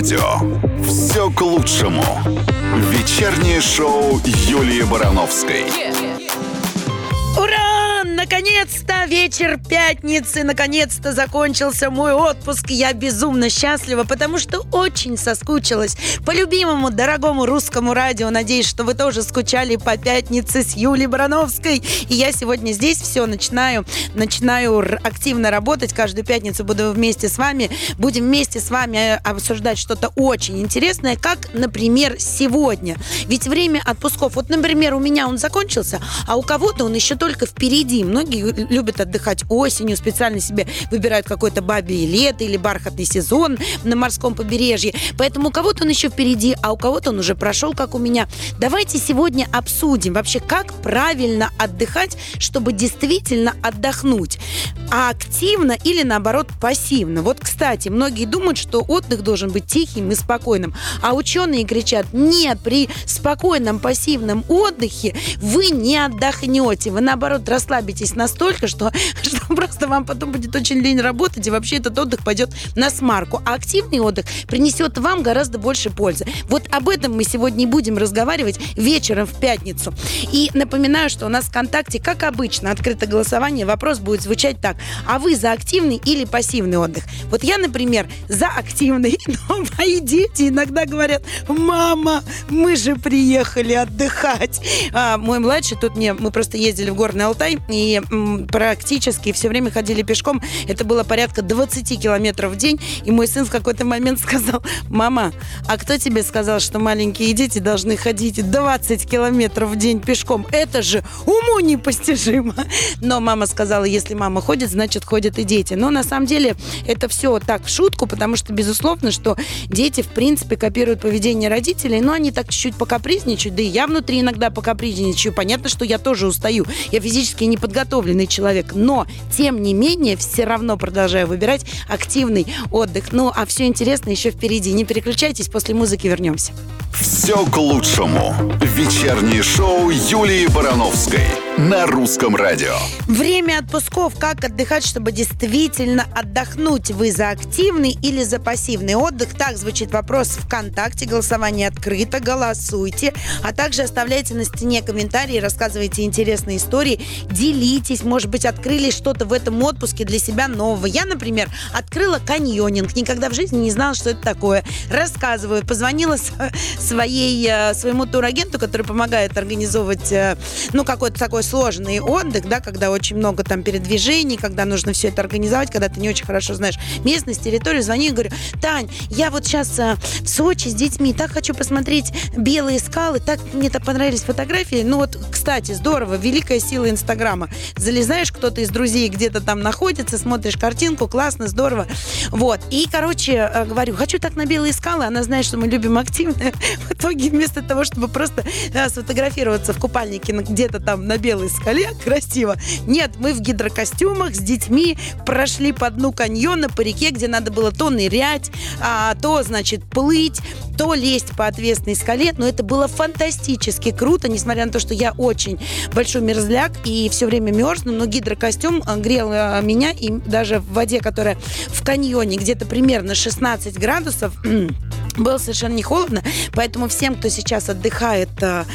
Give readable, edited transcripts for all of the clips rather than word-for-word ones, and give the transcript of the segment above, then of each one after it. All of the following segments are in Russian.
радио. Все к лучшему. Вечернее шоу Юлии Барановской. Ура! Наконец-то вечер пятницы, наконец-то закончился мой отпуск. Я безумно счастлива, потому что очень соскучилась по любимому, дорогому русскому радио. Надеюсь, что вы тоже скучали по пятнице с Юлией Барановской. И я сегодня здесь все начинаю активно работать. Каждую пятницу буду вместе с вами. Будем вместе с вами обсуждать что-то очень интересное, как, например, сегодня. Ведь время отпусков, вот, например, у меня он закончился, а у кого-то он еще только впереди. Многие любят отдыхать осенью, специально себе выбирают какое-то бабье лето или бархатный сезон на морском побережье. Поэтому у кого-то он еще впереди, а у кого-то он уже прошел, как у меня. Давайте сегодня обсудим вообще, как правильно отдыхать, чтобы действительно отдохнуть. А активно или, наоборот, пассивно. Вот, кстати, многие думают, что отдых должен быть тихим и спокойным. А ученые кричат: нет, при спокойном пассивном отдыхе вы не отдохнете. Вы, наоборот, расслабитесь настолько, что просто вам потом будет очень лень работать, и вообще этот отдых пойдет на смарку. А активный отдых принесет вам гораздо больше пользы. Вот об этом мы сегодня и будем разговаривать вечером в пятницу. И напоминаю, что у нас в ВКонтакте, как обычно, открыто голосование. Вопрос будет звучать так: а вы за активный или пассивный отдых? Вот я, например, за активный, но мои дети иногда говорят: мама, мы же приехали отдыхать. Мой младший мы просто ездили в Горный Алтай, и практически все время ходили пешком. Это было порядка 20 километров в день. И мой сын в какой-то момент сказал: мама, а кто тебе сказал, что маленькие дети должны ходить 20 километров в день пешком? Это же уму непостижимо. Но мама сказала: если мама ходит, значит ходят и дети. Но на самом деле это все так в шутку, потому что, безусловно, что дети, в принципе, копируют поведение родителей, но они так чуть-чуть покапризничают, да и я внутри иногда покапризничаю. Понятно, что я тоже устаю. Я физически не подготовленный человек, но, тем не менее, все равно продолжаю выбирать активный отдых. Ну, а все интересное еще впереди. Не переключайтесь, после музыки вернемся. Все к лучшему. Вечернее шоу Юлии Барановской на русском радио. Время отпусков. Как отдыхать, чтобы действительно отдохнуть? Вы за активный или за пассивный отдых? Так звучит вопрос в ВКонтакте. Голосование открыто. Голосуйте. А также оставляйте на стене комментарии, рассказывайте интересные истории, делитесь. Может быть, открыли что-то в этом отпуске для себя нового. Я, например, открыла каньонинг. Никогда в жизни не знала, что это такое. Рассказываю. Позвонила своему турагенту, который помогает организовывать какой-то такой сложный отдых, да, когда очень много там передвижений, когда нужно все это организовать, когда ты не очень хорошо знаешь местность, территорию. Звоню и говорю: Тань, я вот сейчас в Сочи с детьми, так хочу посмотреть белые скалы, так мне так понравились фотографии. Ну вот, кстати, здорово, великая сила Инстаграма. Залезаешь, кто-то из друзей где-то там находится, смотришь картинку, классно, здорово. Вот. И, говорю: хочу так на белые скалы. Она знает, что мы любим активное. В итоге, вместо того, чтобы просто сфотографироваться в купальнике где-то там на белой скале красиво, нет, мы в гидрокостюмах с детьми прошли по дну каньона, по реке, где надо было то нырять, то, значит, плыть, то лезть по отвесной скале. Но это было фантастически круто, несмотря на то, что я очень большой мерзляк и все время мерзну, но гидрокостюм грел меня, и даже в воде, которая в каньоне где-то примерно 16 градусов, было совершенно не холодно. Поэтому всем, кто сейчас отдыхает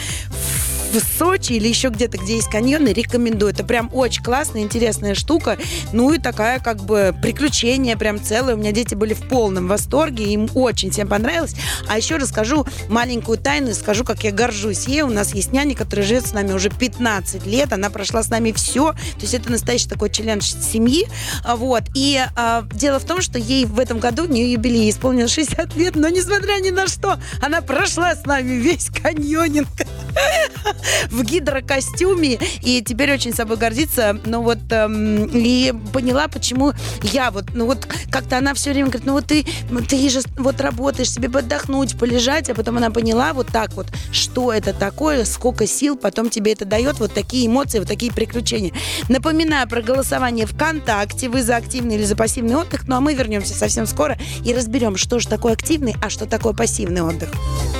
в Сочи или еще где-то, где есть каньоны, рекомендую. Это прям очень классная, интересная штука. Ну и такая как бы приключение прям целое. У меня дети были в полном восторге, им очень всем понравилось. А еще расскажу маленькую тайну и скажу, как я горжусь ей. У нас есть няня, которая живет с нами уже 15 лет. Она прошла с нами все. То есть это настоящий такой член семьи. Вот. И дело в том, что ей в этом году, у нее юбилей, исполнилось 60 лет, но несмотря ни на что, она прошла с нами весь каньонинг в гидрокостюме, и теперь очень собой гордится. Ну вот, и поняла, почему я как-то она все время говорит: ты же работаешь, себе бы отдохнуть, полежать, а потом она поняла вот так вот, что это такое, сколько сил потом тебе это дает, вот такие эмоции, вот такие приключения. Напоминаю про голосование ВКонтакте. Вы за активный или за пассивный отдых? Ну а мы вернемся совсем скоро и разберем, что же такое активный, а что такое пассивный отдых.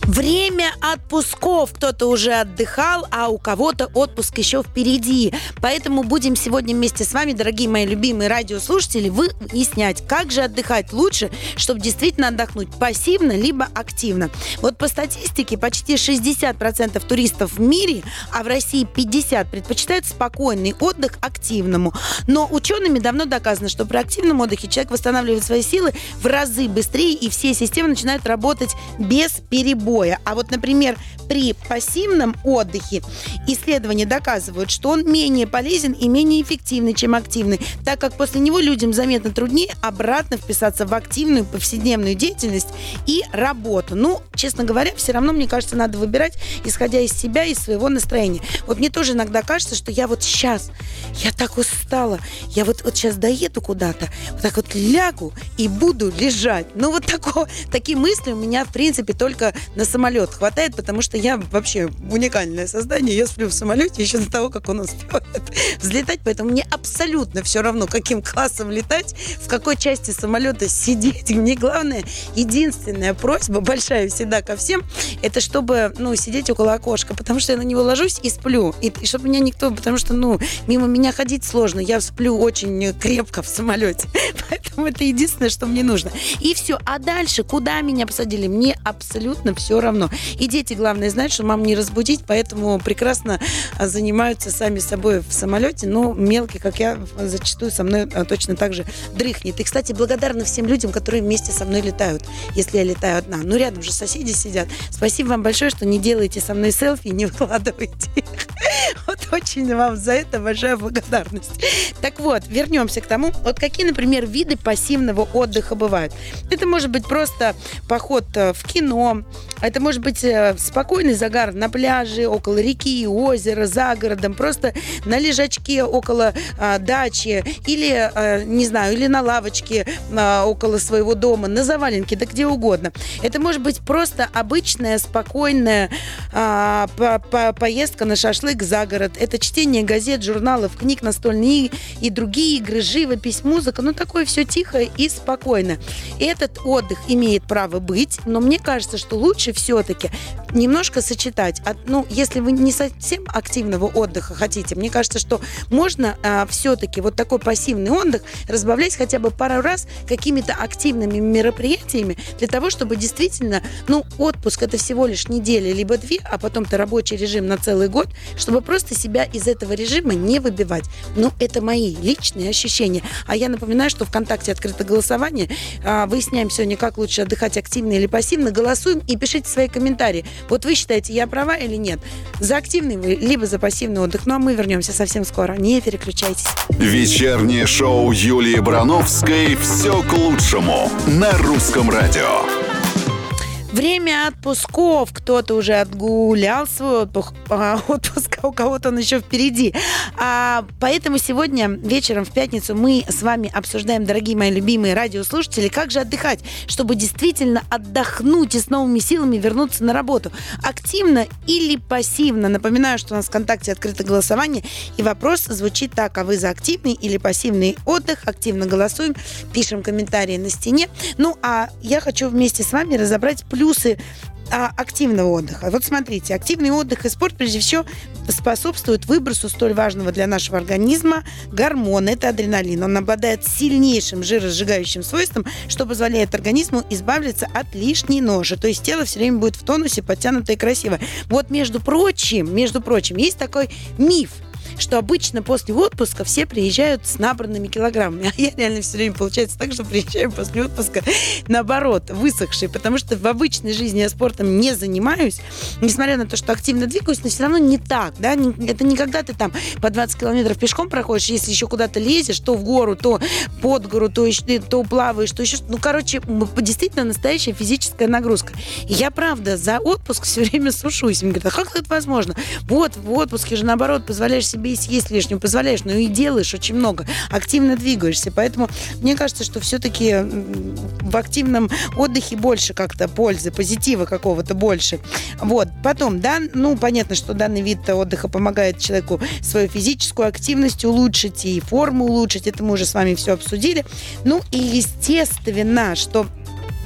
Время отпусков. Кто-то уже отдыхал, а у кого-то отпуск еще впереди. Поэтому будем сегодня вместе с вами, дорогие мои любимые радиослушатели, выяснять, как же отдыхать лучше, чтобы действительно отдохнуть пассивно, либо активно. Вот по статистике почти 60% туристов в мире, а в России 50%, предпочитают спокойный отдых активному. Но учеными давно доказано, что при активном отдыхе человек восстанавливает свои силы в разы быстрее, и все системы начинают работать без перебоя. А вот, например, при пассивном отдыхе исследования доказывают, что он менее полезен и менее эффективный, чем активный, так как после него людям заметно труднее обратно вписаться в активную повседневную деятельность и работу. Ну, честно говоря, все равно, мне кажется, надо выбирать, исходя из себя и своего настроения. Вот мне тоже иногда кажется, что я вот сейчас, я так устала, я вот сейчас доеду куда-то, вот так вот лягу и буду лежать. Ну, вот такие мысли у меня, в принципе, только на самолет хватает, потому что я вообще уникальное создание. Я сплю в самолете еще до того, как он успевает взлетать, поэтому мне абсолютно все равно, каким классом летать, в какой части самолета сидеть. Мне главное, единственная просьба, большая всегда ко всем, это чтобы, сидеть около окошка, потому что я на него ложусь и сплю. И чтобы меня никто, потому что, мимо меня ходить сложно. Я сплю очень крепко в самолете. Поэтому это единственное, что мне нужно. И все. А дальше, куда меня посадили, мне абсолютно все равно. И дети, главное, знают, что маму не разбудить, поэтому прекрасно занимаются сами собой в самолете, но мелкий, как я, зачастую со мной точно так же дрыхнет. И, кстати, благодарна всем людям, которые вместе со мной летают, если я летаю одна. Рядом же соседи сидят. Спасибо вам большое, что не делаете со мной селфи и не выкладываете их. Вот очень вам за это большая благодарность. Так вот, вернемся к тому, вот какие, например, виды пассивного отдыха бывают. Это может быть просто поход в кино, это может быть спокойный загар на пляже, около реки, озера, за городом, просто на лежачке около дачи или, не знаю, или на лавочке около своего дома, на заваленке, да где угодно. Это может быть просто обычная, спокойная поездка на шашлык за город. Это чтение газет, журналов, книг, настольные и другие игры, живопись, музыка. Такое все тихо и спокойно. Этот отдых имеет право быть, но мне кажется, что лучше все-таки немножко сочетать. Если вы не совсем активного отдыха хотите, мне кажется, что можно все-таки вот такой пассивный отдых разбавлять хотя бы пару раз какими-то активными мероприятиями для того, чтобы действительно, отпуск это всего лишь неделя, либо две, а потом-то рабочий режим на целый год, чтобы просто себя из этого режима не выбивать. Это мои личные ощущения. А я напоминаю, что ВКонтакте открыто голосование. Выясняем сегодня, как лучше отдыхать, активно или пассивно. Голосуем и пишите свои комментарии. Вот вы считаете, я права или нет? За активный вы, либо за пассивный отдых. А мы вернемся совсем скоро. Не переключайтесь. Вечернее шоу Юлии Барановской «Все к лучшему» на Русском радио. Время отпусков. Кто-то уже отгулял свой отпуск, а у кого-то он еще впереди. Поэтому сегодня вечером в пятницу мы с вами обсуждаем, дорогие мои любимые радиослушатели, как же отдыхать, чтобы действительно отдохнуть и с новыми силами вернуться на работу. Активно или пассивно? Напоминаю, что у нас в ВКонтакте открыто голосование, и вопрос звучит так: а вы за активный или пассивный отдых? Активно голосуем, пишем комментарии на стене. А я хочу вместе с вами разобрать плюсы активного отдыха. Вот смотрите, активный отдых и спорт прежде всего способствует выбросу столь важного для нашего организма гормона, это адреналин. Он обладает сильнейшим жиросжигающим свойством, что позволяет организму избавиться от лишней ноши. То есть тело все время будет в тонусе, подтянуто и красиво. Вот, между прочим, есть такой миф, что обычно после отпуска все приезжают с набранными килограммами. А я реально все время получается так, что приезжаю после отпуска, наоборот, высохшей, потому что в обычной жизни я спортом не занимаюсь, несмотря на то, что активно двигаюсь, но все равно не так, да, это не когда ты там по 20 километров пешком проходишь, если еще куда-то лезешь, то в гору, то под гору, то плаваешь, то еще что-то. Действительно настоящая физическая нагрузка. И я, правда, за отпуск все время сушусь. Мне говорят, а как это возможно? Вот, в отпуске же, наоборот, позволяешь себе и съесть лишнего, позволяешь, но и делаешь очень много, активно двигаешься. Поэтому мне кажется, что все-таки в активном отдыхе больше как-то пользы, позитива какого-то больше. Вот. Потом, понятно, что данный вид отдыха помогает человеку свою физическую активность улучшить и форму улучшить. Это мы уже с вами все обсудили. И естественно, что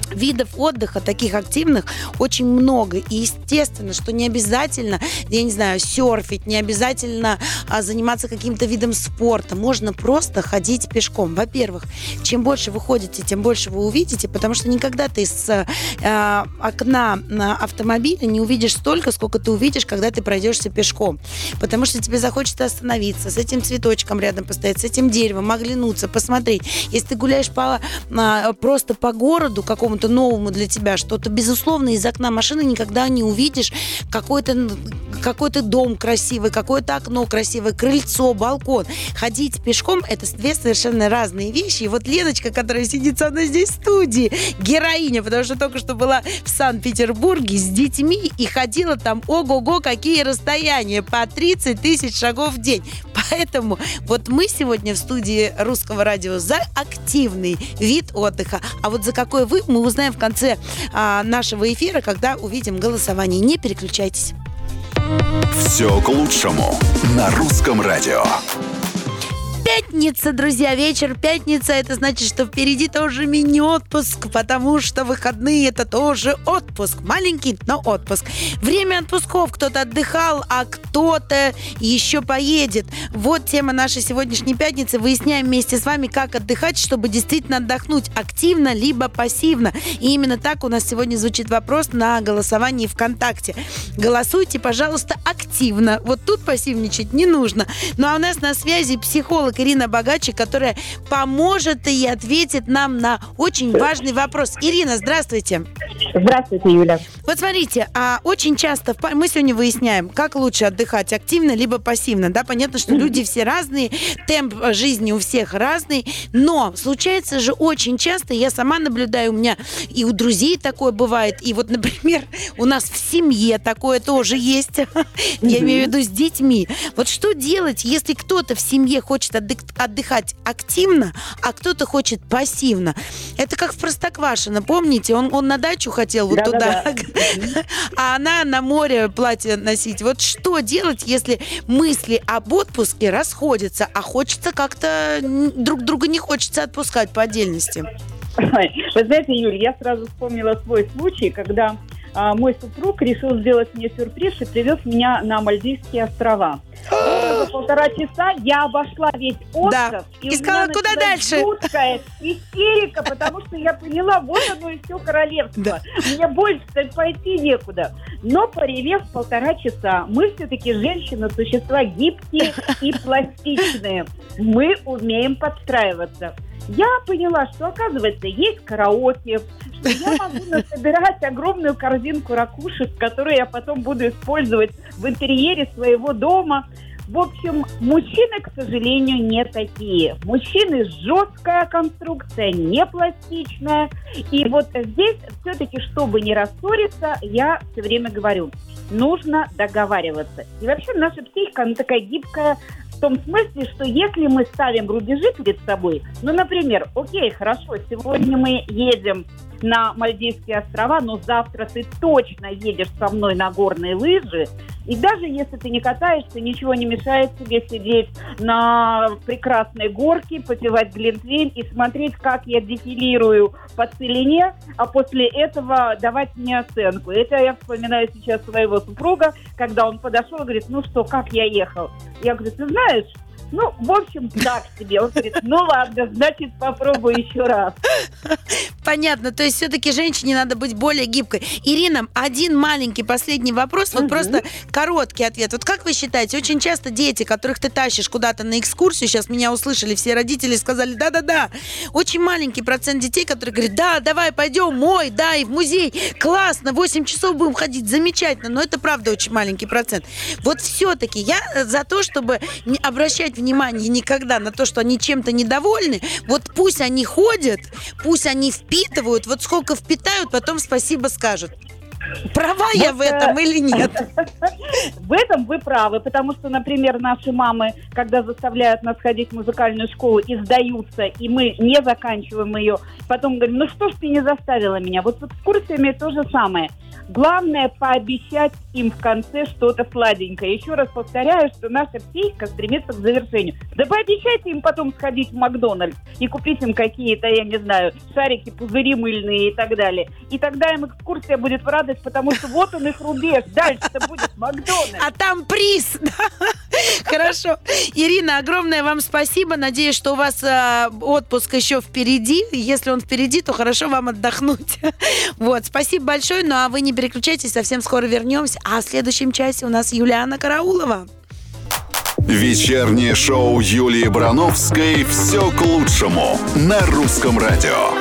видов отдыха, таких активных, очень много. И естественно, что не обязательно, я не знаю, серфить, не обязательно заниматься каким-то видом спорта. Можно просто ходить пешком. Во-первых, чем больше вы ходите, тем больше вы увидите, потому что никогда ты с окна автомобиля не увидишь столько, сколько ты увидишь, когда ты пройдешься пешком. Потому что тебе захочется остановиться, с этим цветочком рядом постоять, с этим деревом, оглянуться, посмотреть. Если ты гуляешь просто по городу какому-то новому для тебя, что-то, безусловно, из окна машины никогда не увидишь какой-то дом красивый, какое-то окно красивое, крыльцо, балкон. Ходить пешком – это две совершенно разные вещи. И вот Леночка, которая сидит со мной здесь в студии, героиня, потому что только что была в Санкт-Петербурге с детьми и ходила там, ого-го, какие расстояния, по 30 тысяч шагов в день. Поэтому вот мы сегодня в студии Русского радио за активный вид отдыха. А вот за какой вы, мы узнаем в конце нашего эфира, когда увидим голосование. Не переключайтесь. Все к лучшему на Русском радио. Пятница, друзья, вечер пятница. Это значит, что впереди тоже мини-отпуск, потому что выходные – это тоже отпуск. Маленький, но отпуск. Время отпусков. Кто-то отдыхал, а кто-то еще поедет. Вот тема нашей сегодняшней пятницы. Выясняем вместе с вами, как отдыхать, чтобы действительно отдохнуть активно, либо пассивно. И именно так у нас сегодня звучит вопрос на голосовании ВКонтакте. Голосуйте, пожалуйста, активно. Вот тут пассивничать не нужно. Ну а у нас на связи психолог Ирина Богачи, которая поможет и ответит нам на очень важный вопрос. Ирина, здравствуйте. Здравствуйте, Юля. Вот смотрите, очень часто мы сегодня выясняем, как лучше отдыхать, активно либо пассивно. Да, понятно, что люди все разные, темп жизни у всех разный, но случается же очень часто, я сама наблюдаю, у меня и у друзей такое бывает, и вот, например, у нас в семье такое тоже есть, я имею в виду с детьми. Вот что делать, если кто-то в семье хочет отдыхать активно, а кто-то хочет пассивно? Это как в Простоквашино, помните? Он на дачу хотел вот туда, а она на море платье носить. Вот что делать, если мысли об отпуске расходятся, а хочется как-то друг друга не хочется отпускать по отдельности? Вы знаете, Юль, я сразу вспомнила свой случай, когда мой супруг решил сделать мне сюрприз и привез меня на Мальдивские острова. За 1,5 часа я обошла весь остров. И сказала, куда дальше? Жуткая истерика, потому что я поняла, вот оно и все королевство. Да. Мне больше пойти некуда. Но поревев 1,5 часа, мы все-таки женщины, существа гибкие и пластичные. Мы умеем подстраиваться. Я поняла, что, оказывается, есть караоке, что я могу насобирать огромную корзинку ракушек, которую я потом буду использовать в интерьере своего дома. В общем, мужчины, к сожалению, не такие. Мужчины жесткая конструкция, не пластичная. И вот здесь все-таки, чтобы не рассориться, я все время говорю, нужно договариваться. И вообще наша психика, она такая гибкая, в том смысле, что если мы ставим рубежи перед собой, ну, например, окей, хорошо, сегодня мы едем на Мальдивские острова, но завтра ты точно едешь со мной на горные лыжи, и даже если ты не катаешься, ничего не мешает тебе сидеть на прекрасной горке, попивать глинтвейн и смотреть, как я дефилирую по целине, а после этого давать мне оценку. Это я вспоминаю сейчас своего супруга, когда он подошел и говорит, ну что, как я ехал? Я говорю, ты знаешь, ну, в общем, так себе. Он говорит, ну ладно, значит, попробую еще раз. Понятно, то есть все-таки женщине надо быть более гибкой. Ирина, один маленький последний вопрос, вот просто короткий ответ. Вот как вы считаете, очень часто дети, которых ты тащишь куда-то на экскурсию, сейчас меня услышали все родители, сказали, да-да-да, очень маленький процент детей, которые говорят, да, давай пойдем, и в музей, классно, 8 часов будем ходить, замечательно, но это правда очень маленький процент. Вот все-таки я за то, чтобы не обращать внимание никогда на то, что они чем-то недовольны, вот пусть они ходят, пусть они впитывают, вот сколько впитают, потом спасибо скажут. Права я в этом или нет? В этом вы правы, потому что, например, наши мамы, когда заставляют нас ходить в музыкальную школу и сдаются, и мы не заканчиваем ее, потом говорим, ну что ж ты не заставила меня? Вот с экскурсиями то же самое. Главное пообещать им в конце что-то сладенькое. Еще раз повторяю, что наша психика стремится к завершению. Да пообещайте им потом сходить в Макдональдс и купить им какие-то, я не знаю, шарики, пузыри мыльные и так далее. И тогда им экскурсия будет в радость, потому что вот он их рубеж. Дальше-то будет Макдональдс. А там приз. Хорошо. Ирина, огромное вам спасибо. Надеюсь, что у вас отпуск еще впереди. Если он впереди, то хорошо вам отдохнуть. Вот, спасибо большое. Ну, а вы не переключайтесь, совсем скоро вернемся. А в следующем часе у нас Юлиана Караулова. Вечернее шоу Юлии Барановской «Все к лучшему» на Русском радио.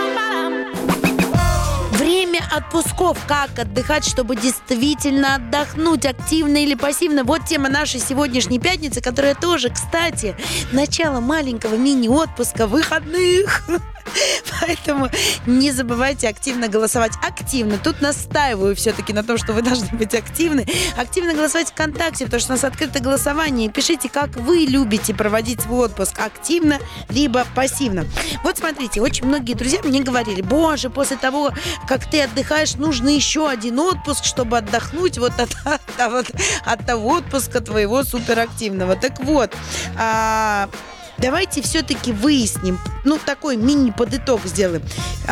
Время отпусков. Как отдыхать, чтобы действительно отдохнуть, активно или пассивно? Вот тема нашей сегодняшней пятницы, которая тоже, кстати, начало маленького мини-отпуска выходных. Поэтому не забывайте активно голосовать. Активно. Тут настаиваю все-таки на том, что вы должны быть активны. Активно голосовать ВКонтакте, потому что у нас открыто голосование. Пишите, как вы любите проводить свой отпуск. Активно, либо пассивно. Вот смотрите, очень многие друзья мне говорили: боже, после того, как ты отдыхаешь, нужно еще один отпуск, чтобы отдохнуть вот от того отпуска твоего суперактивного. Так вот, давайте все-таки выясним, такой мини-подыток сделаем.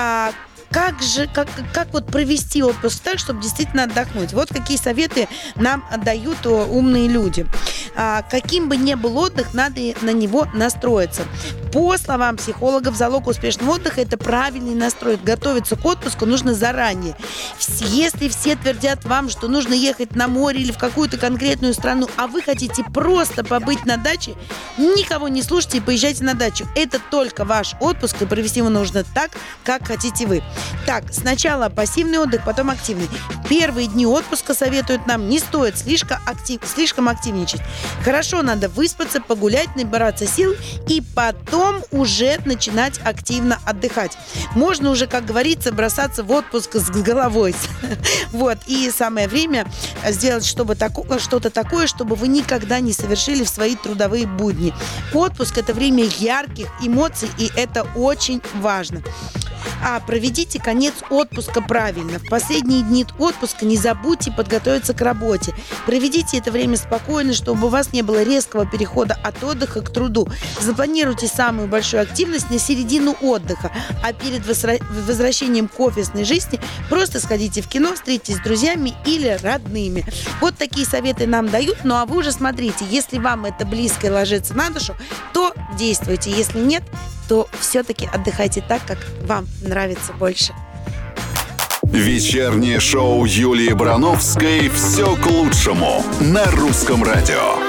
Как вот провести отпуск так, чтобы действительно отдохнуть? Вот какие советы нам дают умные люди. Каким бы ни был отдых, надо на него настроиться. По словам психологов, залог успешного отдыха – это правильный настрой. Готовиться к отпуску нужно заранее. Если все твердят вам, что нужно ехать на море или в какую-то конкретную страну, а вы хотите просто побыть на даче, никого не слушайте и поезжайте на дачу. Это только ваш отпуск, и провести его нужно так, как хотите вы. Так, сначала пассивный отдых, потом активный. Первые дни отпуска советуют нам: не стоит слишком активничать. Хорошо, надо выспаться, погулять, набираться сил и потом уже начинать активно отдыхать. Можно уже, как говорится, бросаться в отпуск с головой. Вот, и самое время сделать что-то такое, чтобы вы никогда не совершили в свои трудовые будни. Отпуск – это время ярких эмоций, и это очень важно. Проведите конец отпуска правильно. В последние дни отпуска не забудьте подготовиться к работе. Проведите это время спокойно, чтобы у вас не было резкого перехода от отдыха к труду. Запланируйте самую большую активность на середину отдыха. А перед возвращением к офисной жизни просто сходите в кино, встретитесь с друзьями или родными. Вот такие советы нам дают. Ну а вы уже смотрите, если вам это близко и ложится на душу, то действуйте. Если нет, то все-таки отдыхайте так, как вам нравится больше. Вечернее шоу Юлии Барановской «Все к лучшему» на Русском радио.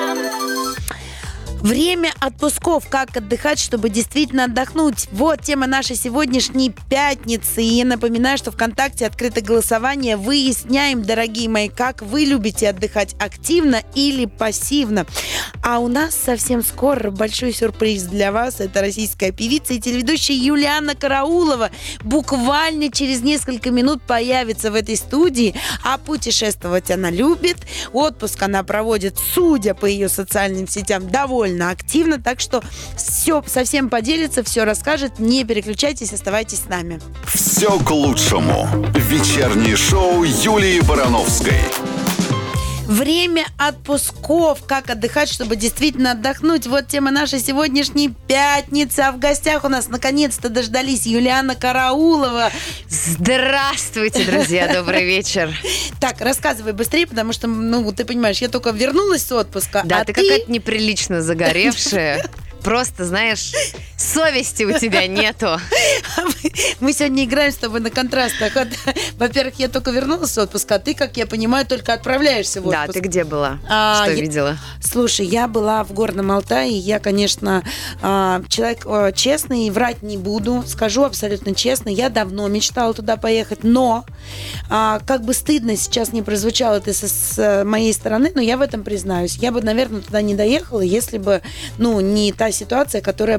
Время отпусков. Как отдыхать, чтобы действительно отдохнуть? Вот тема нашей сегодняшней пятницы. И я напоминаю, что ВКонтакте открыто голосование. Выясняем, дорогие мои, как вы любите отдыхать: активно или пассивно. А у нас совсем скоро большой сюрприз для вас. Это российская певица и телеведущая Юлиана Караулова. Буквально через несколько минут появится в этой студии. А путешествовать она любит. Отпуск она проводит, судя по ее социальным сетям, довольно активно, так что все совсем поделится, все расскажет. Не переключайтесь, оставайтесь с нами. Все к лучшему. Вечернее шоу Юлии Барановской. Время отпусков. Как отдыхать, чтобы действительно отдохнуть? Вот тема нашей сегодняшней пятницы. А в гостях у нас наконец-то дождались Юлиана Караулова. Здравствуйте, друзья, добрый вечер. Так, рассказывай быстрее, потому что, ты понимаешь, я только вернулась с отпуска. Да, ты какая-то неприлично загоревшая. Просто, знаешь, совести у тебя нету. Мы сегодня играем с тобой на контрастах. Во-первых, я только вернулась с отпуска, а ты, как я понимаю, только отправляешься в отпуск. Да, ты где была? Что видела? Слушай, я была в Горном Алтае. Я, конечно, человек честный, врать не буду. Скажу абсолютно честно, я давно мечтала туда поехать, но как бы стыдно сейчас не прозвучало это с моей стороны, но я в этом признаюсь. Я бы, наверное, туда не доехала, если бы, не та ситуация, которая получилась.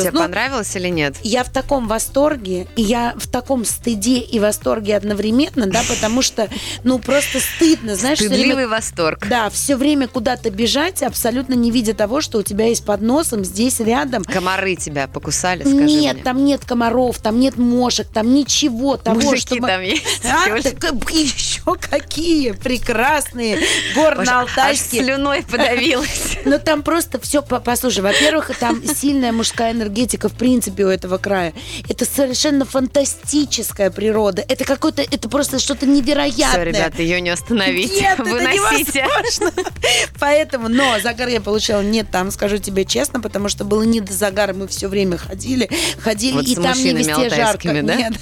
Тебе понравилось или нет? Я в таком восторге, и я в таком стыде и восторге одновременно, да, потому что, просто стыдно, знаешь, всё Стыдливый время, восторг. да, все время куда-то бежать, абсолютно не видя того, что у тебя есть под носом, здесь рядом. Комары тебя покусали, скажи Нет, мне. там нет комаров, там нет мошек, там ничего того, Мужики что... там есть. Еще какие прекрасные Аж горно-алтайские. слюной подавилась. Но там просто все, послушай, во-первых, там сильная мужская энергетика в принципе у этого края. Это совершенно фантастическая природа. Это какое-то, это просто что-то невероятное. Все, ребята, ее не остановить. Нет, Выносите. это невозможно. Поэтому, но загар я получила не там, скажу тебе честно, потому что было не до загара, мы все время ходили, Вот и с там не мужчинами везде жарко. алтайскими, да? Нет.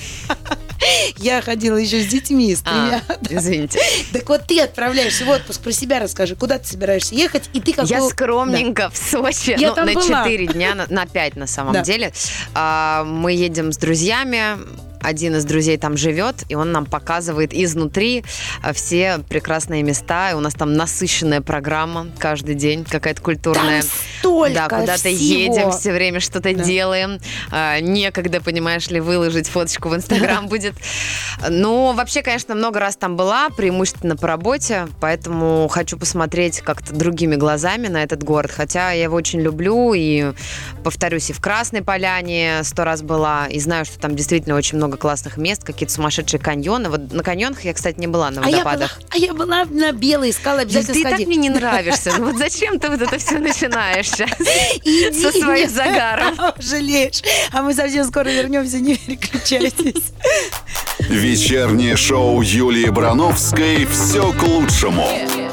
Я ходила еще с детьми, с тремя. Извините. Так вот ты отправляешься в отпуск, про себя расскажи, куда ты собираешься ехать, и ты какой... Я скромненько в Сочи, Я там на была. 4 дня, на 5 на самом Да. деле. Мы едем с друзьями. Один из друзей там живет, и он нам показывает изнутри все прекрасные места. И у нас там насыщенная программа каждый день, какая-то культурная. Там столько Да, куда-то всего. едем, все время что-то Да. делаем. Некогда, понимаешь ли, выложить фоточку в Инстаграм будет. Но вообще, конечно, много раз там была, преимущественно по работе, поэтому хочу посмотреть как-то другими глазами на этот город. Хотя я его очень люблю, и, повторюсь, и в Красной Поляне 100 раз была, и знаю, что там действительно очень много классных мест, какие-то сумасшедшие каньоны. Вот на каньонах я, кстати, не была, на водопадах. Я была на белой, сказала, обязательно Ты сходи. так мне не нравишься. Ну вот зачем ты вот это все начинаешь сейчас Иди, со своим нет, загаром? жалеешь. А мы совсем скоро вернемся, не переключайтесь. Вечернее шоу Юлии Барановской «Все к лучшему».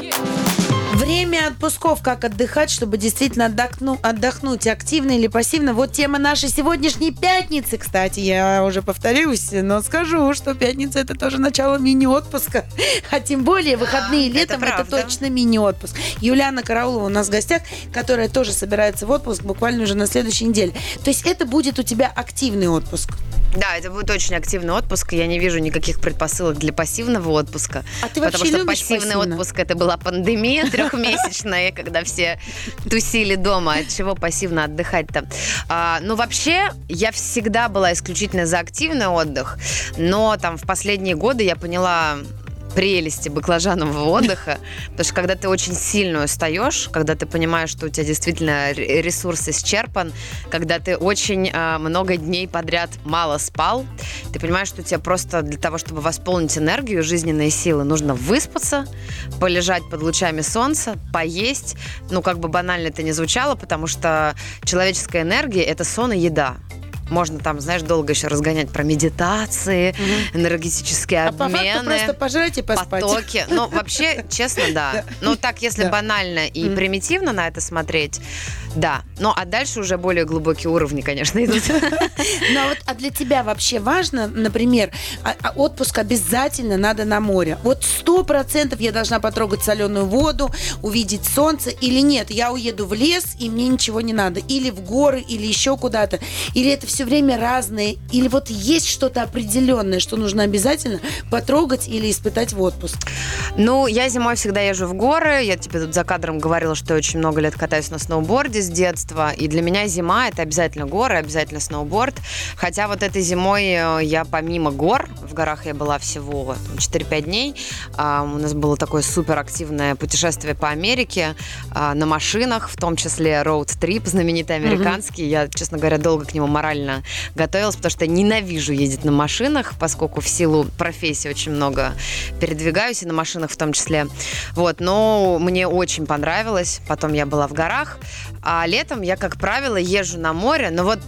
Время отпусков. Как отдыхать, чтобы действительно отдохнуть активно или пассивно. Вот тема нашей сегодняшней пятницы. Кстати, я уже повторюсь, но скажу, что пятница — это тоже начало мини-отпуска. А тем более выходные это летом — это правда. точно мини-отпуск. Юлиана Караулова у нас в гостях, которая тоже собирается в отпуск буквально уже на следующей неделе. То есть это будет у тебя активный отпуск. Да, это будет очень активный отпуск. Я не вижу никаких предпосылок для пассивного отпуска. А ты потому вообще что любишь пассивный пассивно? отпуск это была пандемия трехмесячная, когда все тусили дома. От чего пассивно отдыхать-то? Ну, вообще, я всегда была исключительно за активный отдых, но там в последние годы я поняла прелести баклажанового отдыха, потому что когда ты очень сильно устаешь, когда ты понимаешь, что у тебя действительно ресурс исчерпан, когда ты очень много дней подряд мало спал, ты понимаешь, что тебе просто для того, чтобы восполнить энергию, жизненные силы, нужно выспаться, полежать под лучами солнца, поесть. Ну, как бы банально это ни звучало, потому что человеческая энергия – это сон и еда. Можно там, знаешь, долго еще разгонять про медитации, энергетические А по факту обмены. просто пожрать и поспать. Потоки. Ну, вообще, честно, да. Ну, так, если Да. банально и примитивно на это смотреть, да. Ну, а дальше уже более глубокие уровни, конечно, идут. Ну, а для тебя вообще важно, например, отпуск обязательно надо на море? Вот 100% я должна потрогать соленую воду, увидеть солнце, или нет, я уеду в лес, и мне ничего не надо, или в горы, или еще куда-то, или это все время разное, или вот есть что-то определенное, что нужно обязательно потрогать или испытать в отпуск? Ну, я зимой всегда езжу в горы. Я тебе тут за кадром говорила, что я очень много лет катаюсь на сноуборде с детства. И для меня зима – это обязательно горы, обязательно сноуборд. Хотя вот этой зимой я помимо гор, в горах я была всего 4-5 дней. У нас было такое суперактивное путешествие по Америке на машинах, в том числе роуд-трип знаменитый американский. Я, честно говоря, долго к нему морально готовилась, потому что я ненавижу ездить на машинах, поскольку в силу профессии очень много передвигаюсь, и на машинах в том числе. Вот, но мне очень понравилось. Потом я была в горах. А летом я, как правило, езжу на море. Но вот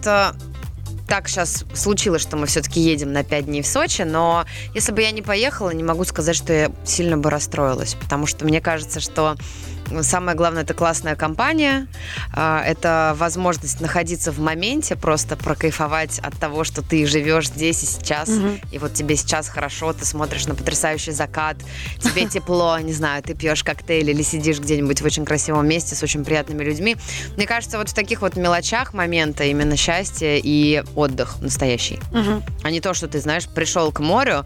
так сейчас случилось, что мы все-таки едем на 5 дней в Сочи, но если бы я не поехала, не могу сказать, что я сильно бы расстроилась, потому что мне кажется, что самое главное – это классная компания, это возможность находиться в моменте, просто прокайфовать от того, что ты живешь здесь и сейчас, и вот тебе сейчас хорошо, ты смотришь на потрясающий закат, тебе тепло, не знаю, ты пьешь коктейль или сидишь где-нибудь в очень красивом месте с очень приятными людьми. Мне кажется, вот в таких вот мелочах момента именно счастье и отдых настоящий. А не то, что ты, знаешь, пришел к морю,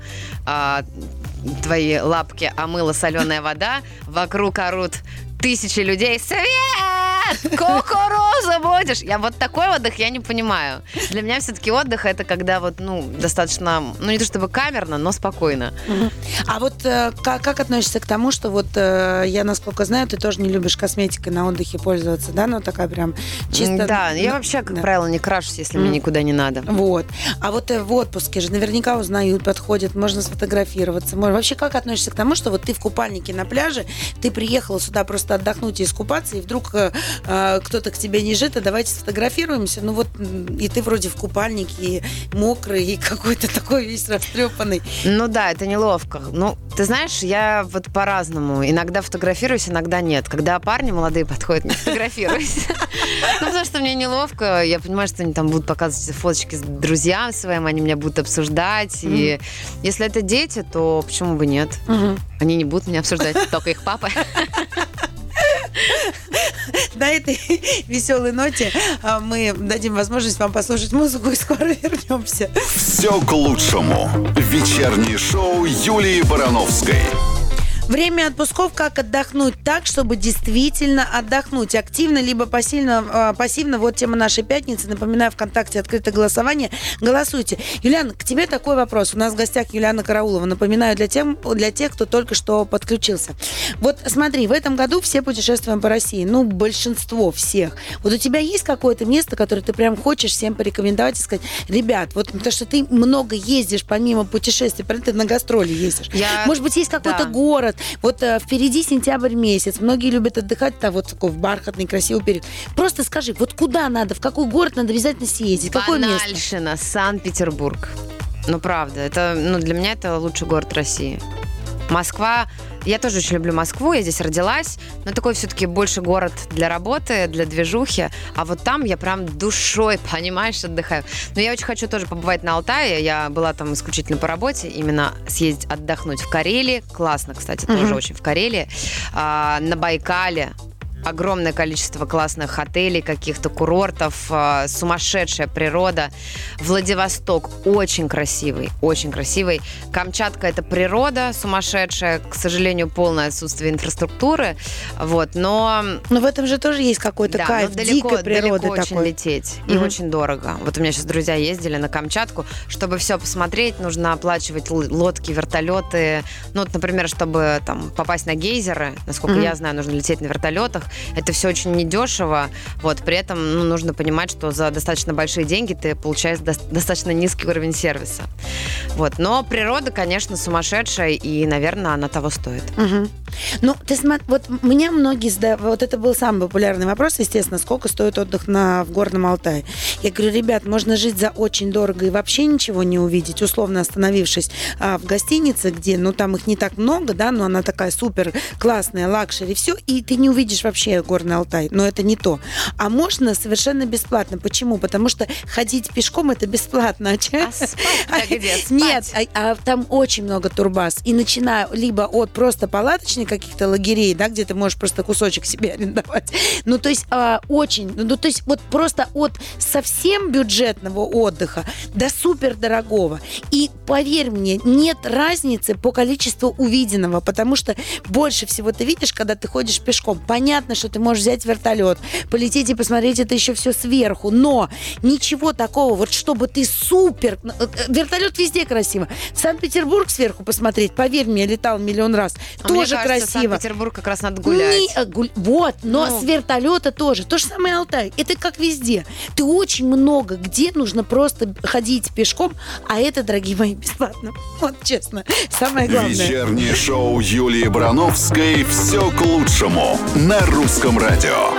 твои лапки омыла соленая вода, вокруг орут 1000 людей: «Свет! Нет, кукурузу будешь. Я вот такой отдых я не понимаю. Для меня все-таки отдых это когда вот, достаточно, не то чтобы камерно, но спокойно. А вот как относишься к тому, что вот я, насколько знаю, ты тоже не любишь косметикой на отдыхе пользоваться, да? Ну, такая прям чисто... Да, я вообще, как правило, не крашусь, если мне никуда не надо. Вот. А вот в отпуске же наверняка узнают, подходят, можно сфотографироваться. Вообще, как относишься к тому, что вот ты в купальнике на пляже, ты приехала сюда просто отдохнуть и искупаться, и вдруг кто-то к тебе не жит, а давайте сфотографируемся, и ты вроде в купальнике, и мокрый, и какой-то такой весь растрепанный. Ну да, это неловко. Ты знаешь, я вот по-разному. Иногда фотографируюсь, иногда нет. Когда парни молодые подходят, не фотографируюсь. Потому что мне неловко. Я понимаю, что они там будут показывать фоточки с друзьям своим, они меня будут обсуждать. И если это дети, то почему бы нет? Они не будут меня обсуждать, только их папа. На этой веселой ноте мы дадим возможность вам послушать музыку и скоро вернемся. Все к лучшему. Вечернее шоу Юлии Барановской. Время отпусков. Как отдохнуть так, чтобы действительно отдохнуть? Активно, либо пассивно. Вот тема нашей пятницы. Напоминаю, ВКонтакте открытое голосование. Голосуйте. Юлиан, к тебе такой вопрос. У нас в гостях Юлиана Караулова. Напоминаю для тех, кто только что подключился. Вот смотри, в этом году все путешествуем по России. Большинство всех. Вот у тебя есть какое-то место, которое ты прям хочешь всем порекомендовать и сказать: ребят, вот потому что ты много ездишь, помимо путешествий, ты на гастроли ездишь. Может быть, есть какой-то город. Вот впереди сентябрь месяц. Многие любят отдыхать вот такой в бархатный, красивый период. Просто скажи, вот куда надо, в какой город надо обязательно съездить? Какое место? Банальщина, Санкт-Петербург. Правда, это, для меня это лучший город России. Москва, я тоже очень люблю Москву, я здесь родилась, но такой все-таки больше город для работы, для движухи, а вот там я прям душой, понимаешь, отдыхаю. Но я очень хочу тоже побывать на Алтае, я была там исключительно по работе, именно съездить отдохнуть в Карелии, классно, кстати, тоже очень в Карелии, на Байкале. Огромное количество классных отелей, каких-то курортов, сумасшедшая природа. Владивосток очень красивый, очень красивый. Камчатка — это природа сумасшедшая, к сожалению, полное отсутствие инфраструктуры, но в этом же тоже есть какой-то кайф, дикой природы далеко очень такой. лететь, и очень дорого. Вот у меня сейчас друзья ездили на Камчатку, чтобы все посмотреть, нужно оплачивать лодки, вертолеты. Например, чтобы там попасть на гейзеры, насколько я знаю, нужно лететь на вертолетах. Это все очень недешево. При этом нужно понимать, что за достаточно большие деньги ты получаешь достаточно низкий уровень сервиса. Но природа, конечно, сумасшедшая, и, наверное, она того стоит. Ты смотри, вот меня многие задают, вот это был самый популярный вопрос, естественно, сколько стоит отдых в Горном Алтае. Я говорю, ребят, можно жить за очень дорого и вообще ничего не увидеть, условно остановившись в гостинице, где, там их не так много, да, но она такая супер классная, лакшери, все, и ты не увидишь вообще Горный Алтай, но это не то. А можно совершенно бесплатно. Почему? Потому что ходить пешком — это бесплатно. А спать-то где? Спать? Нет, там очень много турбаз. И начиная либо от просто палаточных каких-то лагерей, да, где ты можешь просто кусочек себе арендовать. То есть вот просто от совсем бюджетного отдыха до супер дорогого. И поверь мне, нет разницы по количеству увиденного, потому что больше всего ты видишь, когда ты ходишь пешком. Понятно, что ты можешь взять вертолет, полететь и посмотреть это еще все сверху, но ничего такого, вот чтобы ты супер... Вертолет везде красиво. Санкт-Петербург сверху посмотреть, поверь мне, я летал миллион раз, тоже мне кажется, красиво. Санкт-Петербург как раз надо гулять. С вертолета тоже. То же самое Алтай. Это как везде. Ты очень много где нужно просто ходить пешком, а это, дорогие мои, бесплатно. Вот честно. Самое главное. Вечернее шоу Юлии Барановской «Все к лучшему» на Русском радио.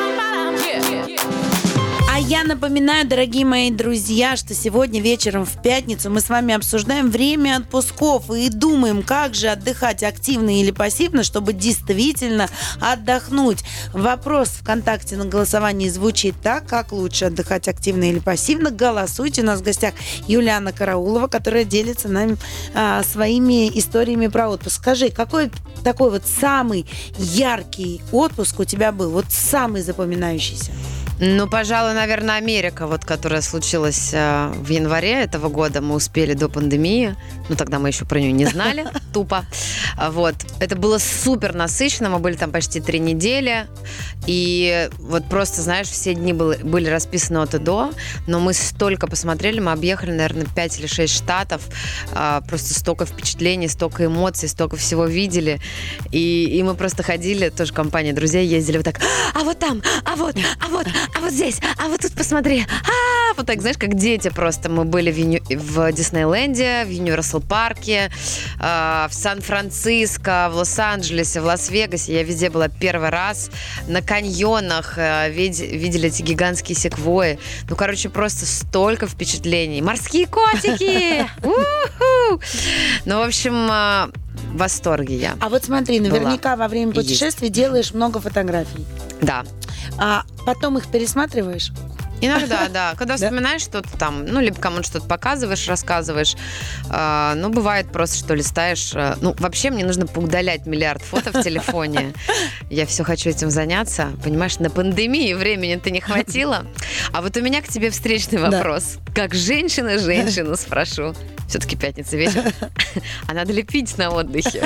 А я напоминаю, дорогие мои друзья, что сегодня вечером в пятницу мы с вами обсуждаем время отпусков и думаем, как же отдыхать активно или пассивно, чтобы действительно отдохнуть. Вопрос ВКонтакте на голосовании звучит так: как лучше, отдыхать активно или пассивно? Голосуйте. У нас в гостях Юлиана Караулова, которая делится нам своими историями про отпуск. Скажи, какой такой вот самый яркий отпуск у тебя был? Вот самый запоминающийся. Ну, пожалуй, наверное, Америка, вот, которая случилась в январе этого года. Мы успели до пандемии. Ну, тогда мы еще про нее не знали. Тупо. Вот. Это было супер насыщенно. Мы были там почти 3 недели. И вот просто, знаешь, все дни были расписаны от и до. Но мы столько посмотрели. Мы объехали, наверное, 5 или 6 штатов. Просто столько впечатлений, столько эмоций, столько всего видели. И мы просто ходили, тоже компания друзей, ездили вот так. А вот там, а вот здесь, а вот тут посмотри. Вот так, знаешь, как дети просто. Мы были в Диснейленде, в Юниверсал парке, в Сан-Франциско, в Лос-Анджелесе, в Лас-Вегасе. Я везде была первый раз. На каньонах видели эти гигантские секвои. Ну, короче, просто столько впечатлений. Морские котики! Ну, в общем, в восторге я. А вот смотри, наверняка во время путешествий делаешь много фотографий. Да. А потом их пересматриваешь? Иногда, да. Когда вспоминаешь что-то там, ну, либо кому-то что-то показываешь, рассказываешь. Ну, бывает просто, что листаешь. Ну, вообще мне нужно поудалять миллиард фото в телефоне. Я все хочу этим заняться. Понимаешь, на пандемии времени-то не хватило. А вот у меня к тебе встречный вопрос. Как женщина женщину спрошу. Все-таки пятница вечер. А надо ли пить на отдыхе?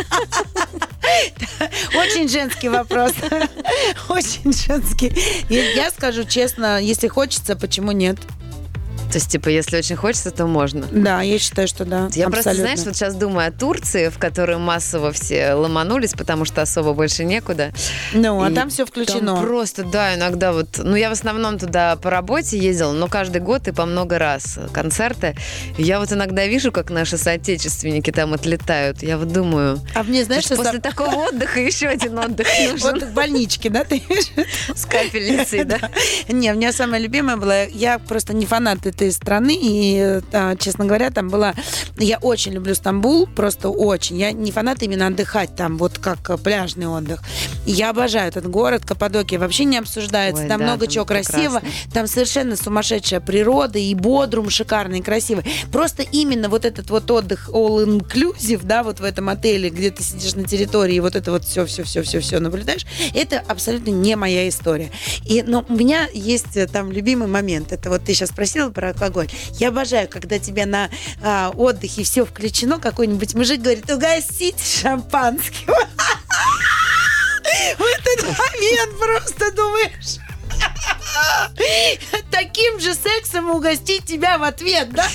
Очень женский вопрос. Очень женский. Я скажу честно, если хочется, почему нет? То есть, типа, если очень хочется, то можно. Да, я считаю, что да. Я абсолютно. просто, знаешь, вот сейчас думаю о Турции, в которую массово все ломанулись, потому что особо больше некуда. Ну, а там все включено. Там просто, да, иногда вот... Ну, я в основном туда по работе ездила, но каждый год и по много раз концерты. И я вот иногда вижу, как наши соотечественники там отлетают. Я вот думаю... А мне, знаешь, что... После такого отдыха еще один отдых нужен. Вот в больничке, да, ты видишь? С капельницей, да? Не, у меня самая любимая была... Я просто не фанат этой страны, и, честно говоря, там была... Я очень люблю Стамбул, просто очень. Я не фанат именно отдыхать там, вот как пляжный отдых. И я обожаю этот город, Каппадокия вообще не обсуждается. Ой, там да, много там чего красиво. прекрасно. Там совершенно сумасшедшая природа, и Бодрум шикарный, и красивый. Просто именно вот этот вот отдых all-inclusive, да, вот в этом отеле, где ты сидишь на территории, и вот это вот все наблюдаешь, это абсолютно не моя история. Но у меня есть там любимый момент. Это вот ты сейчас спросила про алкоголь. Я обожаю, когда тебе на отдыхе все включено, какой-нибудь мужик говорит: угостите шампанским. В этот момент просто думаешь... Таким же сексом угостить тебя в ответ, да?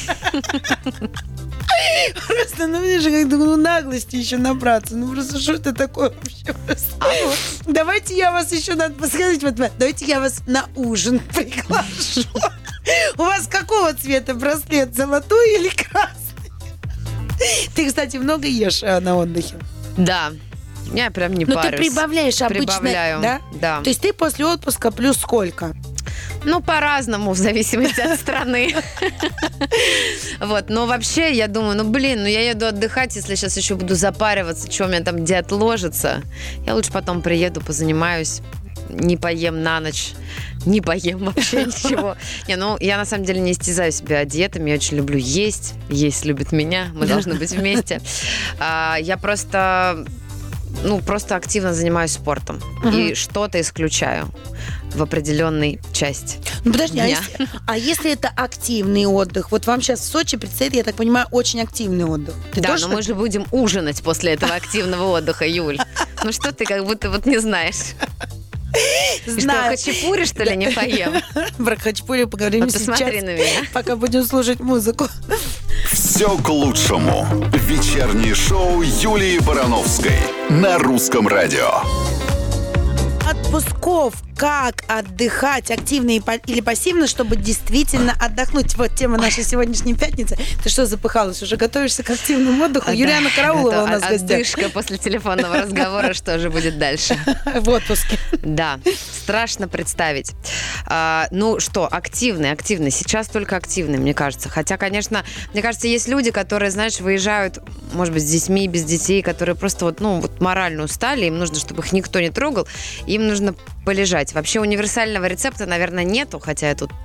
Просто, мне же как-то наглости еще набраться. Просто что это такое вообще? Давайте я вас еще, надо подсказать, давайте я вас на ужин приглашу. У вас какого цвета браслет? Золотой или красный? Ты, кстати, много ешь на отдыхе? Да. Я прям не парюсь. Но ты прибавляешь обычно, Прибавляю, да? Да. То есть ты после отпуска плюс сколько? Ну, по-разному, в зависимости от страны. Вот, но вообще, я думаю, я еду отдыхать, если сейчас еще буду запариваться, что у меня там где отложится. Я лучше потом приеду, позанимаюсь, не поем на ночь, не поем вообще ничего. Я на самом деле не истязаю себя диетами, я очень люблю есть. Есть любит меня, мы должны быть вместе. Я просто активно занимаюсь спортом. И что-то исключаю в определенной части. Ну, подожди, дня. а если это активный отдых? Вот вам сейчас в Сочи предстоит, я так понимаю, очень активный отдых. Ты Да, тоже но мы же будем ужинать после этого активного отдыха, Юль. Ну что ты как будто вот не знаешь. И что, хачапури, что ли, не поем? Про хачапури поговорим Вот сейчас, посмотри на меня. пока будем слушать музыку. Все к лучшему. Вечернее шоу Юлии Барановской на Русском радио. Отпусков. Как отдыхать активно или пассивно, чтобы действительно отдохнуть? Вот тема нашей сегодняшней пятницы. Ты что, запыхалась? Уже готовишься к активному отдыху? Юлиана Караулова у нас в гостях. Отдышка после телефонного разговора, что же будет дальше? В отпуске. Да, страшно представить. Активный. Сейчас только активный, мне кажется. Хотя, конечно, мне кажется, есть люди, которые, знаешь, выезжают, может быть, с детьми, без детей, которые просто морально устали, им нужно, чтобы их никто не трогал, им нужно полежать. Вообще универсального рецепта, наверное, нету, хотя я тут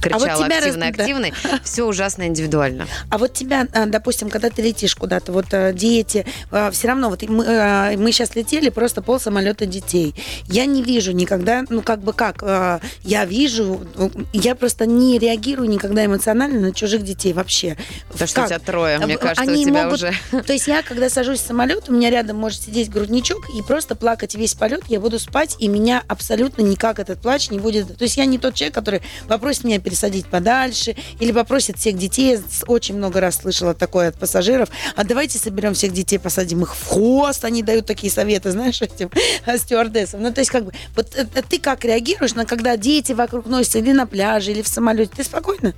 кричала тебя активный. Все ужасно индивидуально. А вот тебя, допустим, когда ты летишь куда-то, вот дети, все равно, вот мы сейчас летели, просто полсамолета детей. Я не вижу никогда, я вижу, я просто не реагирую никогда эмоционально на чужих детей вообще. То, что у тебя трое, мне кажется, Они у тебя могут, уже... То есть я, когда сажусь в самолет, у меня рядом может сидеть грудничок и просто плакать весь полет, я буду спать, и меня абсолютно никак этот плач не будет... То есть я не тот человек, который попросит меня пересадить подальше или попросит всех детей, очень много раз слышала такое от пассажиров, а давайте соберем всех детей, посадим их в хвост, они дают такие советы, знаешь, этим стюардессам. Ну, то есть, вот ты как реагируешь, когда дети вокруг носятся или на пляже, или в самолете? Ты спокойна?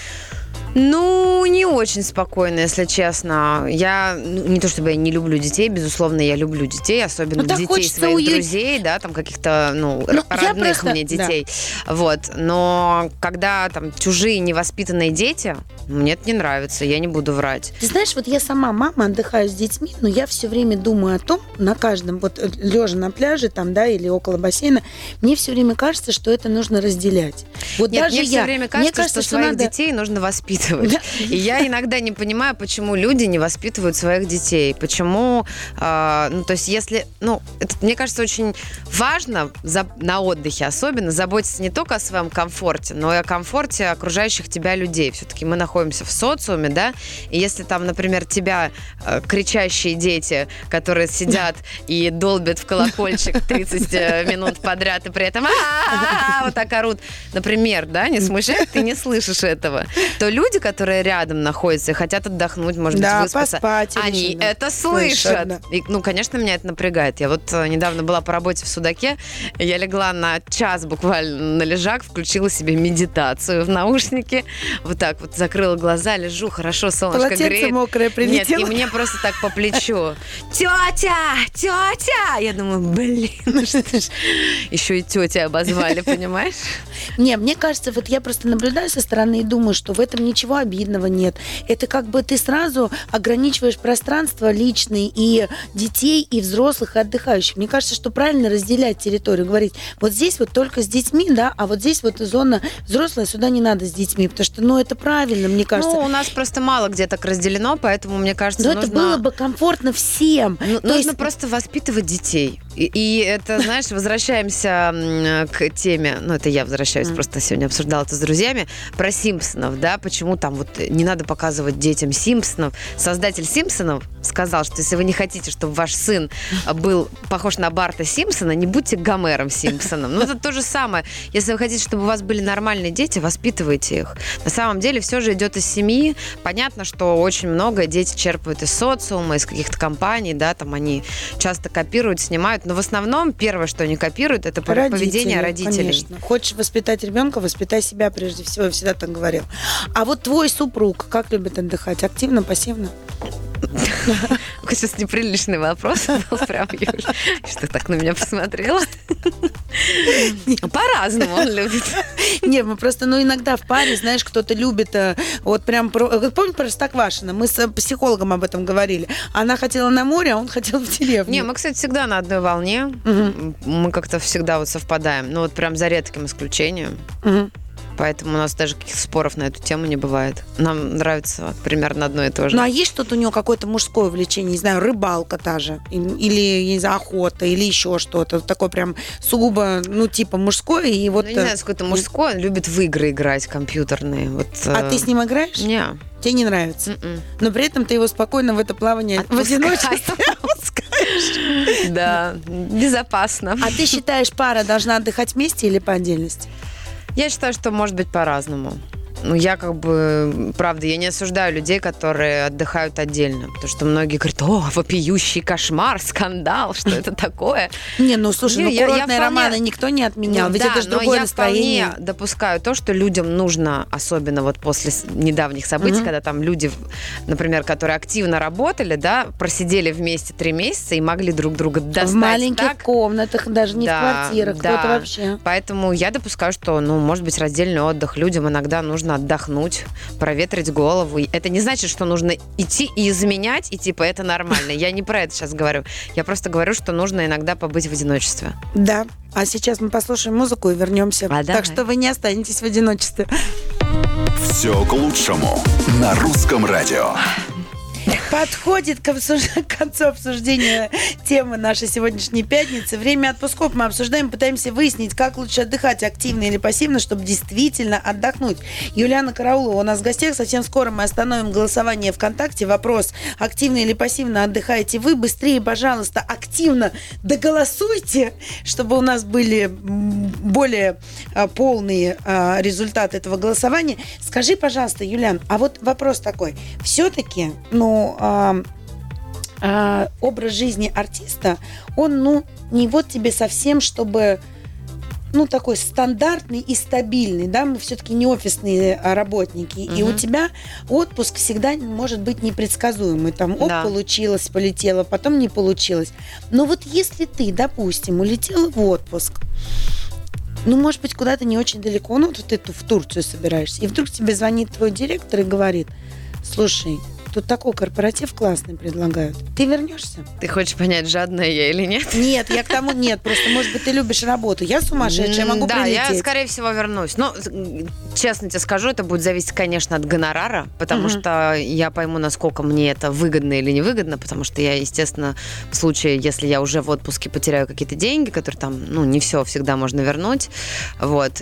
Ну, не очень спокойно, если честно. Я, не то чтобы я не люблю детей, безусловно, я люблю детей, особенно детей своих друзей, да, там каких-то, родных мне детей. Да. Вот. Но когда там чужие невоспитанные дети, мне это не нравится, я не буду врать. Ты знаешь, вот я сама мама, отдыхаю с детьми, но я все время думаю о том, на каждом, вот лежа на пляже там, да, или около бассейна, мне все время кажется, что это нужно разделять. Вот нет, даже мне все время кажется, что своих детей нужно воспитывать. Да. И я иногда не понимаю, почему люди не воспитывают своих детей. Почему, то есть если, это, мне кажется, очень важно на отдыхе особенно заботиться не только о своем комфорте, но и о комфорте окружающих тебя людей. Все-таки мы находимся в социуме, да, и если там, например, тебя кричащие дети, которые сидят и долбят в колокольчик 30 минут подряд и при этом вот так орут, например, да, не смущает, ты не слышишь этого, то люди, которые рядом находятся и хотят отдохнуть, может быть, выспаться, поспать, они это слышат. Да. И, конечно, меня это напрягает. Я вот недавно была по работе в Судаке, я легла на час буквально на лежак, включила себе медитацию в наушнике, вот так вот закрыла глаза, лежу, хорошо, солнышко полотенце греет. мокрое прилетело. Нет, и мне просто так по плечу. Тетя! Я думаю, блин, что ж, еще и тетя обозвали, понимаешь? Не, мне кажется, вот я просто наблюдаю со стороны и думаю, что в этом ничего обидного нет. Это как бы ты сразу ограничиваешь пространство личное и детей, и взрослых, и отдыхающих. Мне кажется, что правильно разделять территорию, говорить, вот здесь вот только с детьми, да, а вот здесь вот зона взрослая, сюда не надо с детьми, потому что, это правильно, мне кажется. У нас просто мало где так разделено, поэтому, мне кажется, нужно... это было бы комфортно всем. Нужно просто воспитывать детей. И это, знаешь, возвращаемся к теме, это я возвращаюсь, просто сегодня обсуждала это с друзьями, про Симпсонов, да, почему там вот не надо показывать детям Симпсонов. Создатель Симпсонов сказал, что если вы не хотите, чтобы ваш сын был похож на Барта Симпсона, не будьте Гомером Симпсоном. Это то же самое. Если вы хотите, чтобы у вас были нормальные дети, воспитывайте их. На самом деле все же идет из семьи. Понятно, что очень много дети черпают из социума, из каких-то компаний, да, там они часто копируют, снимают, но в основном первое, что они копируют, это поведение родителей. Конечно. Хочешь воспитать ребенка, воспитай себя прежде всего, я всегда так говорила. А вот твой супруг как любит отдыхать? Активно, пассивно? Сейчас неприличный вопрос был прям, Юль. Что так на меня посмотрела? По-разному он любит. Не, мы просто, иногда в паре, знаешь, кто-то любит, вот прям, помню про Простоквашино, мы с психологом об этом говорили. Она хотела на море, а он хотел в деревню. Не, мы, кстати, всегда на одной волне. Угу. Мы как-то всегда вот совпадаем. Вот прям за редким исключением. Угу. Поэтому у нас даже каких-то споров на эту тему не бывает. Нам нравится примерно одно и то же. А есть что-то у него какое-то мужское увлечение? Не знаю, рыбалка та же? Или, не знаю, охота? Или еще что-то? Такое прям сугубо, типа мужское? И вот... не знаю, сколько-то мужское. Он любит в игры играть компьютерные. Вот, а ты с ним играешь? Не. Тебе не нравится? Но при этом ты его спокойно в это плавание в одиночестве отпускаешь. Да, безопасно. А ты считаешь, пара должна отдыхать вместе или по отдельности? Я считаю, что может быть по-разному. Я правда, я не осуждаю людей, которые отдыхают отдельно. Потому что многие говорят, вопиющий кошмар, скандал, что это такое. Не, слушай, курортные романы никто не отменял, ведь это же другое настроение. Я вполне допускаю то, что людям нужно, особенно вот после недавних событий, когда там люди, например, которые активно работали, да, просидели вместе 3 месяца и могли друг друга достать. В маленьких комнатах, даже не в квартирах, кто-то вообще. Поэтому я допускаю, что, может быть, раздельный отдых. Людям иногда нужно отдохнуть, проветрить голову. Это не значит, что нужно идти и изменять, и это нормально. Я не про это сейчас говорю. Я просто говорю, что нужно иногда побыть в одиночестве. Да. А сейчас мы послушаем музыку и вернемся. Так что вы не останетесь в одиночестве. Все к лучшему на русском радио. Подходит к концу обсуждения темы нашей сегодняшней пятницы. Время отпусков мы обсуждаем, пытаемся выяснить, как лучше отдыхать, активно или пассивно, чтобы действительно отдохнуть. Юлиана Караулова у нас в гостях. Совсем скоро мы остановим голосование ВКонтакте. Вопрос: активно или пассивно отдыхаете вы? Быстрее, пожалуйста, активно доголосуйте, чтобы у нас были более полные результаты этого голосования. Скажи, пожалуйста, Юлян, а вот вопрос такой. Все-таки, образ жизни артиста, он, не вот тебе совсем, чтобы, такой стандартный и стабильный, да, мы все-таки не офисные работники, и у тебя отпуск всегда может быть непредсказуемый, там, получилось, полетело, потом не получилось. Но вот если ты, допустим, улетела в отпуск, может быть, куда-то не очень далеко, ты в Турцию собираешься, и вдруг тебе звонит твой директор и говорит: слушай, тут такой корпоратив классный предлагают. Ты вернешься? Ты хочешь понять, жадная я или нет? Нет, я к тому нет. Просто, может быть, ты любишь работу. Я сумасшедшая, могу прилететь. Да, я, скорее всего, вернусь. Но, честно тебе скажу, это будет зависеть, конечно, от гонорара, потому что я пойму, насколько мне это выгодно или невыгодно, потому что я, естественно, в случае, если я уже в отпуске потеряю какие-то деньги, которые там, не все всегда можно вернуть, вот.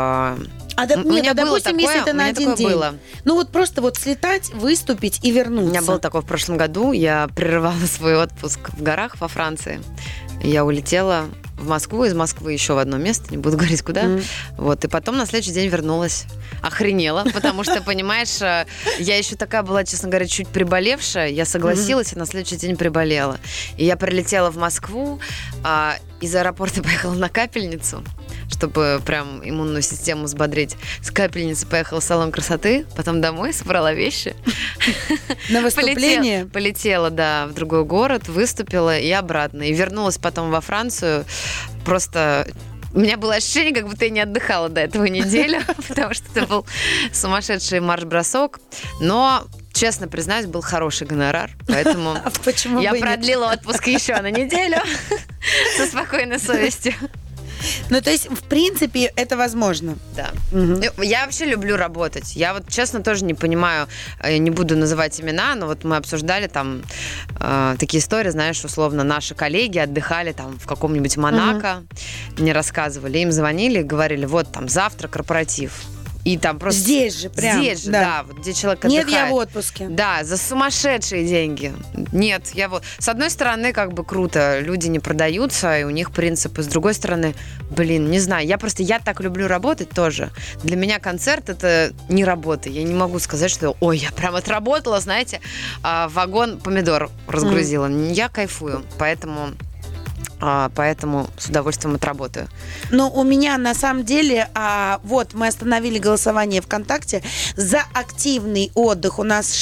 Допустим, если это на один день. Было. Просто слетать, выступить и вернуться. У меня было такое в прошлом году. Я прерывала свой отпуск в горах во Франции. Я улетела в Москву, из Москвы еще в одно место, не буду говорить куда. И потом на следующий день вернулась. Охренела, потому что, понимаешь, я еще такая была, честно говоря, чуть приболевшая. Я согласилась и на следующий день приболела. И я прилетела в Москву, из аэропорта поехала на Капельницу, чтобы прям иммунную систему взбодрить. С Капельницы поехала в салон красоты, потом домой, собрала вещи. На выступление? Полетела, в другой город, выступила и обратно. И вернулась потом во Францию. Просто у меня было ощущение, как будто я не отдыхала до этого неделю, потому что это был сумасшедший марш-бросок. Но, честно признаюсь, был хороший гонорар, поэтому я продлила отпуск еще на неделю со спокойной совестью. То есть, в принципе, это возможно. Да. Я вообще люблю работать. Я честно, тоже не понимаю, не буду называть имена, но мы обсуждали там такие истории, знаешь, условно, наши коллеги отдыхали там в каком-нибудь Монако, мне рассказывали, им звонили, говорили: вот там завтра корпоратив. И там просто... Здесь же, прям. Здесь же, да, где человек отдыхает. Нет, я в отпуске. Да, за сумасшедшие деньги. Нет, С одной стороны, круто, люди не продаются, и у них принципы. С другой стороны, не знаю, я так люблю работать тоже. Для меня концерт — это не работа. Я не могу сказать, что, я прям отработала, знаете, вагон помидор разгрузила. Я кайфую, поэтому с удовольствием отработаю. У меня на самом деле, мы остановили голосование ВКонтакте. За активный отдых у нас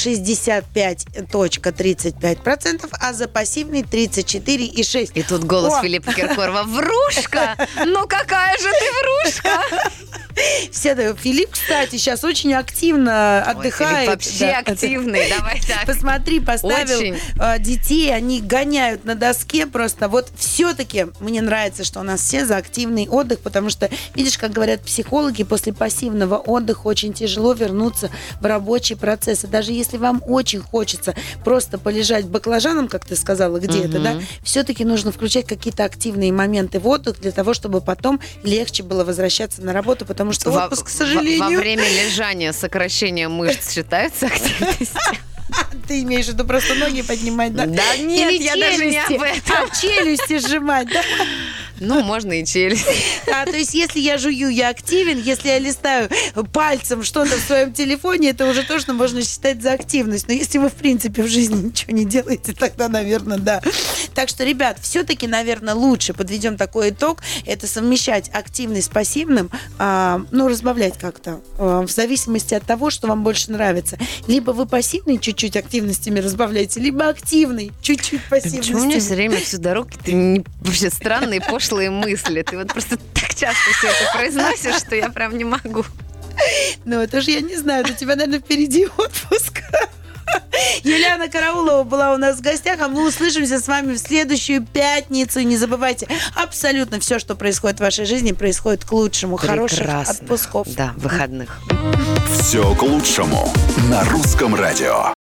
65.35%, а за пассивный 34,6%. И тут голос Филиппа Киркорова: врушка! Какая же ты врушка! Филипп, кстати, сейчас очень активно отдыхает. Филипп вообще активный, давай так. Посмотри, поставил детей, они гоняют на доске просто. Все-таки мне нравится, что у нас все за активный отдых, потому что, видишь, как говорят психологи, после пассивного отдыха очень тяжело вернуться в рабочий процесс. И даже если вам очень хочется просто полежать баклажаном, как ты сказала, где-то, да, все-таки нужно включать какие-то активные моменты в отдых для того, чтобы потом легче было возвращаться на работу, потому что отпуск, к сожалению... Во время лежания сокращение мышц считаются активностью? Ты имеешь в виду просто ноги поднимать, да? Да нет, или я даже не об этом. Челюсти сжимать, да? Можно и челюсть. То есть, если я жую, я активен. Если я листаю пальцем что-то в своем телефоне, это уже точно можно считать за активность. Но если вы, в принципе, в жизни ничего не делаете, тогда, наверное, да. Так что, ребят, все-таки, наверное, лучше, подведем такой итог, это совмещать активность с пассивным, разбавлять как-то, в зависимости от того, что вам больше нравится. Либо вы пассивный чуть-чуть активностями разбавляете, либо активный чуть-чуть пассивностью. Почему у меня все время всю дорогу вообще странные, пошлые мысли? Ты просто так часто все это произносишь, что я прям не могу. Это же я не знаю, у тебя, наверное, впереди отпуск. Юлиана Караулова была у нас в гостях, а мы услышимся с вами в следующую пятницу. Не забывайте, абсолютно все, что происходит в вашей жизни, происходит к лучшему. Хороших отпусков. Да, выходных. Все к лучшему на Русском радио.